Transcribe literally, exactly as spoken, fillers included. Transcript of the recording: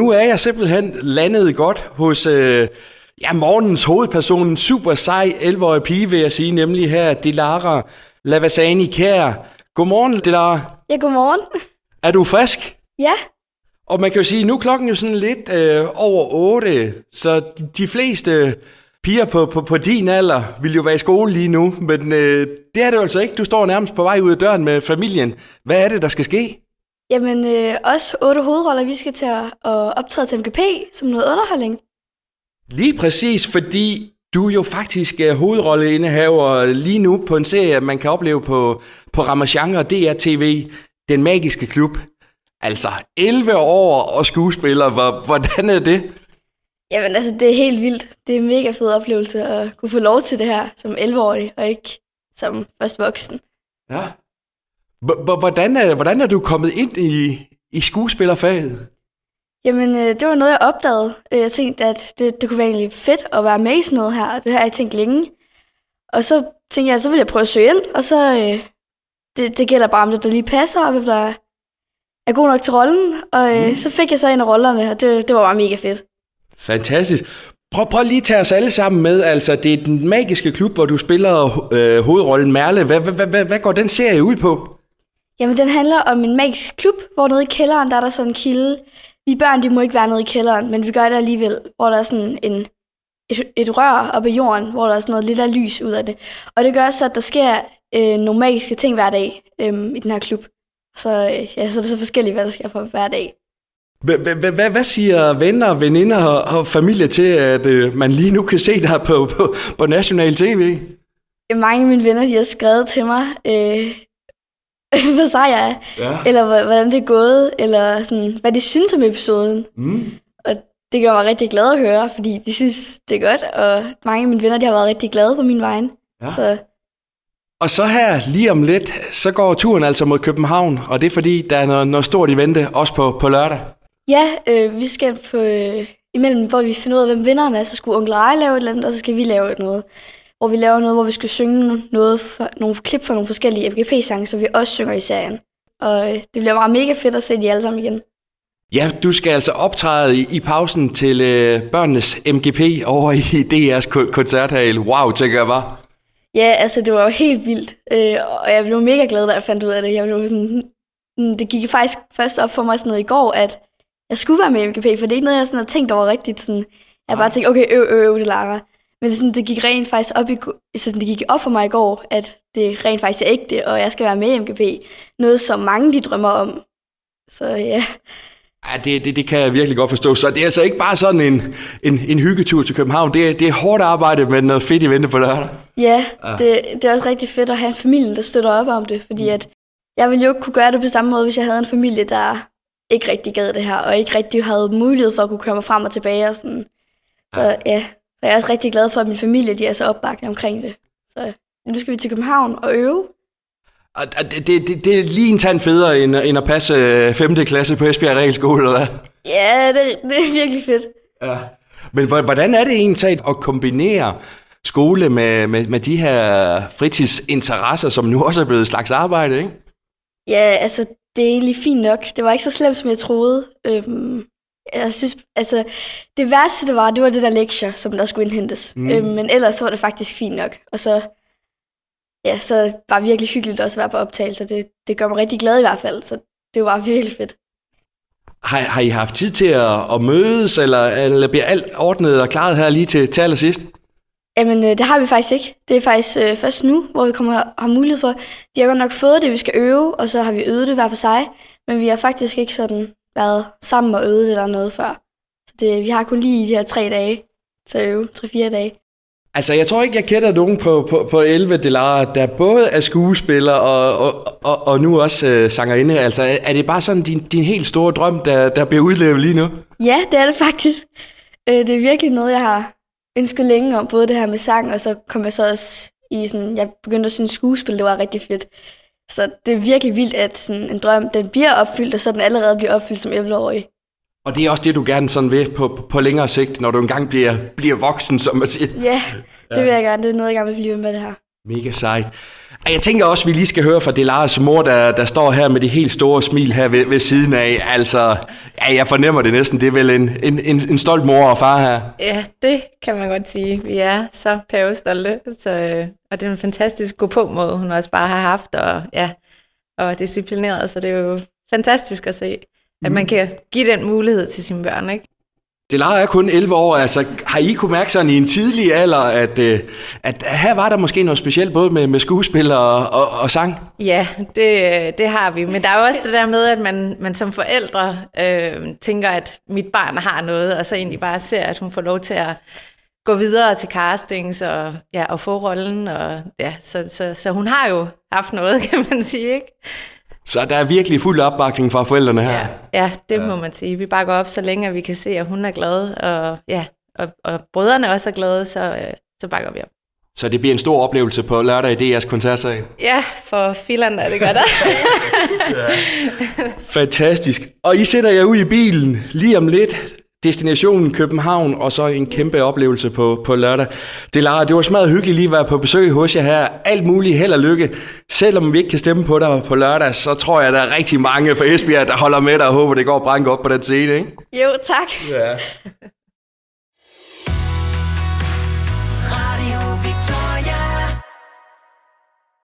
nu er jeg simpelthen landet godt hos øh, ja, morgens hovedperson, en super sej elleve-årig pige, vil jeg sige, nemlig her, Dilara Lavasani Kjær. Godmorgen, Dilara. Ja, godmorgen. Er du frisk? Ja. Og man kan jo sige, nu er klokken jo sådan lidt øh, over otte, så de, de fleste piger på, på, på din alder vil jo være i skole lige nu, men øh, det er det jo altså ikke. Du står nærmest på vej ud af døren med familien. Hvad er det, der skal ske? Jamen, øh, os otte hovedroller, vi skal til at, at optræde til M G P som noget underholdning. Lige præcis, fordi du jo faktisk er hovedrolleindehaver lige nu på en serie, man kan opleve på, på Ramasjang og D R T V, Den Magiske Klub. Altså elleve år og skuespiller, hvordan er det? Jamen altså, det er helt vildt. Det er en mega fed oplevelse at kunne få lov til det her som elleve-årig, og ikke som først voksen. Ja. Hvordan er, hvordan er du kommet ind i, i skuespillerfaget? Jamen, det var noget, jeg opdagede. Jeg tænkte, at det, det kunne være egentlig fedt at være med i sådan noget her, og det har jeg tænkt længe. Og så tænkte jeg, så vil jeg prøve at søge ind, og så det, det gælder bare om det, der lige passer, og hvem der er god nok til rollen. Og mm. så fik jeg så en af rollerne, og det, det var bare mega fedt. Fantastisk. Prøv, prøv lige at tage os alle sammen med. Altså, det er Den Magiske Klub, hvor du spiller øh, hovedrollen Merle. Hvad, hvad, hvad, hvad går den serie ud på? Jamen, den handler om en magisk klub, hvor nede i kælderen, der er der sådan en kilde. Vi børn, de må ikke være nede i kælderen, men vi gør det alligevel, hvor der er sådan en, et, et rør oppe i jorden, hvor der er sådan noget lille lys ud af det. Og det gør så, at der sker øh, nogle magiske ting hver dag øh, i den her klub. Så, øh, ja, så er det så forskelligt, hvad der sker for hver dag. Hvad siger venner, veninder og familie til, at øh, man lige nu kan se dig på, på, på national tv? Mange af mine venner, de har skrevet til mig, øh, hvad sej jeg er, ja. Eller hvordan det er gået, eller sådan, hvad de synes om episoden. Mm. Og det gør mig rigtig glad at høre, fordi de synes, det er godt, og mange af mine venner, de har været rigtig glade på min vegne. Ja. Så. Og så her, lige om lidt, så går turen altså mod København, og det er fordi, der er noget, noget stort i vente, også på, på lørdag. Ja, øh, vi skal på, øh, imellem, hvor vi finder ud af, hvem vinderen er, så skulle onkel Ej lave et eller andet, og så skal vi lave noget. Hvor vi laver noget, hvor vi skal synge noget for, nogle klip fra nogle forskellige M G P-sange, så vi også synger i serien. Og øh, det bliver bare mega fedt at se de alle sammen igen. Ja, du skal altså optræde i, i pausen til øh, børnenes M G P over i D R's ko- koncerthal. Wow, tænker jeg bare. Ja, altså det var jo helt vildt, øh, og jeg blev mega glad, da jeg fandt ud af det. Jeg blev sådan, det gik faktisk først op for mig sådan noget i går, at jeg skulle være med i M G P, for det er ikke noget, jeg sådan har tænkt over rigtigt. Sådan, jeg bare tænkte, okay, øv, øv, øv, det Lara. Men det, sådan, det gik rent faktisk op, i, sådan, det gik op for mig i går, at det rent faktisk er ægte, og jeg skal være med i M G P. Noget, som mange de drømmer om. Så ja. Ja, det, det, det kan jeg virkelig godt forstå. Så det er altså ikke bare sådan en, en, en hyggetur til København. Det er, det er hårdt arbejde, men noget fedt i vente på lørdag. Ja, ja. Det, det er også rigtig fedt at have en familie, der støtter op om det. Fordi at jeg ville jo ikke kunne gøre det på samme måde, hvis jeg havde en familie, der ikke rigtig gad det her, og ikke rigtig havde mulighed for at kunne køre mig frem og tilbage. Og sådan. Så ja, ja. Så jeg er også rigtig glad for, at min familie de er så opbakkende omkring det. Så nu skal vi til København og øve. Det, det, det, det er lige en tand federe, end, end at passe femte klasse på Esbjerg Realskole, eller hvad? Ja, det, det er virkelig fedt. Ja. Men hvordan er det egentlig at kombinere skole med, med, med de her fritidsinteresser, som nu også er blevet et slags arbejde, ikke? Ja, altså, det er egentlig fint nok. Det var ikke så slemt, som jeg troede. Øhm, jeg synes, altså, det værste, det var, det var det der lektier, som der skulle indhentes. Mm. Øhm, men ellers så var det faktisk fint nok. Og så, ja, så var det virkelig hyggeligt også at være på optagelser. Det, det gør mig rigtig glad i hvert fald, så det var virkelig fedt. Har, har I haft tid til at, at mødes, eller, eller bliver alt ordnet og klaret her lige til, til allersidst? Jamen, det har vi faktisk ikke. Det er faktisk øh, først nu, hvor vi kommer har mulighed for. Vi har godt nok fået det, vi skal øve, og så har vi øvet det hver for sig. Men vi har faktisk ikke sådan været sammen og øvet det eller noget før. Så det, vi har kun lige de her tre dage til at øve, tre-fire dage. Altså, jeg tror ikke, jeg kender nogen på, på, på elleve, Dilara, der både er skuespiller og, og, og, og nu også øh, sangerinde. Altså, er det bare sådan din, din helt store drøm, der, der bliver udlevet lige nu? Ja, det er det faktisk. Øh, det er virkelig noget, jeg har ønsket længe om, både det her med sang, og så kom jeg så også i sådan, jeg begyndte at synes skuespil, det var rigtig fedt. Så det er virkelig vildt, at sådan en drøm, den bliver opfyldt, og så den allerede bliver opfyldt som elleve-årig. Og det er også det, du gerne sådan vil på, på længere sigt, når du engang bliver, bliver voksen, som man siger. Ja, det vil jeg gerne. Det er noget, jeg gerne vil blive med det her. Mega sejt. Jeg tænker også, at vi lige skal høre fra Dilaras mor, der, der står her med det helt store smil her ved, ved siden af. Altså, ja, jeg fornemmer det næsten. Det er vel en, en, en, en stolt mor og far her. Ja, det kan man godt sige. Vi er så pavestolte. Så, og det er en fantastisk god på måde, hun også bare har haft. Og, ja, og disciplineret, så det er jo fantastisk at se, at man kan give den mulighed til sine børn, ikke? Dilara er kun elleve år, altså har I kunne mærke sådan i en tidlig alder, at, at her var der måske noget specielt, både med, med skuespil og, og, og sang? Ja, det, det har vi, men der er jo også det der med, at man, man som forældre øh, tænker, at mit barn har noget, og så egentlig bare ser, at hun får lov til at gå videre til castings og, ja, og få rollen, og, ja, så, så, så hun har jo haft noget, kan man sige, ikke? Så der er virkelig fuld opbakning fra forældrene her? Ja, ja det ja. må man sige. Vi bakker op, så længe at vi kan se, at hun er glad, og, ja, og, og brødrene også er glade, så, øh, så bakker vi op. Så det bliver en stor oplevelse på lørdag i D R's koncertsal? Ja, for filan er det godt. Ja. Fantastisk. Og I sætter jer ud i bilen lige om lidt. Destinationen København, og så en kæmpe oplevelse på, på lørdag. Dilara, det var smadret hyggeligt lige at være på besøg hos jer her. Alt muligt held og lykke. Selvom vi ikke kan stemme på dig på lørdag, så tror jeg, der er rigtig mange fra Esbjerg, der holder med dig og håber, det går brænke op på den scene, ikke? Jo, tak. Ja.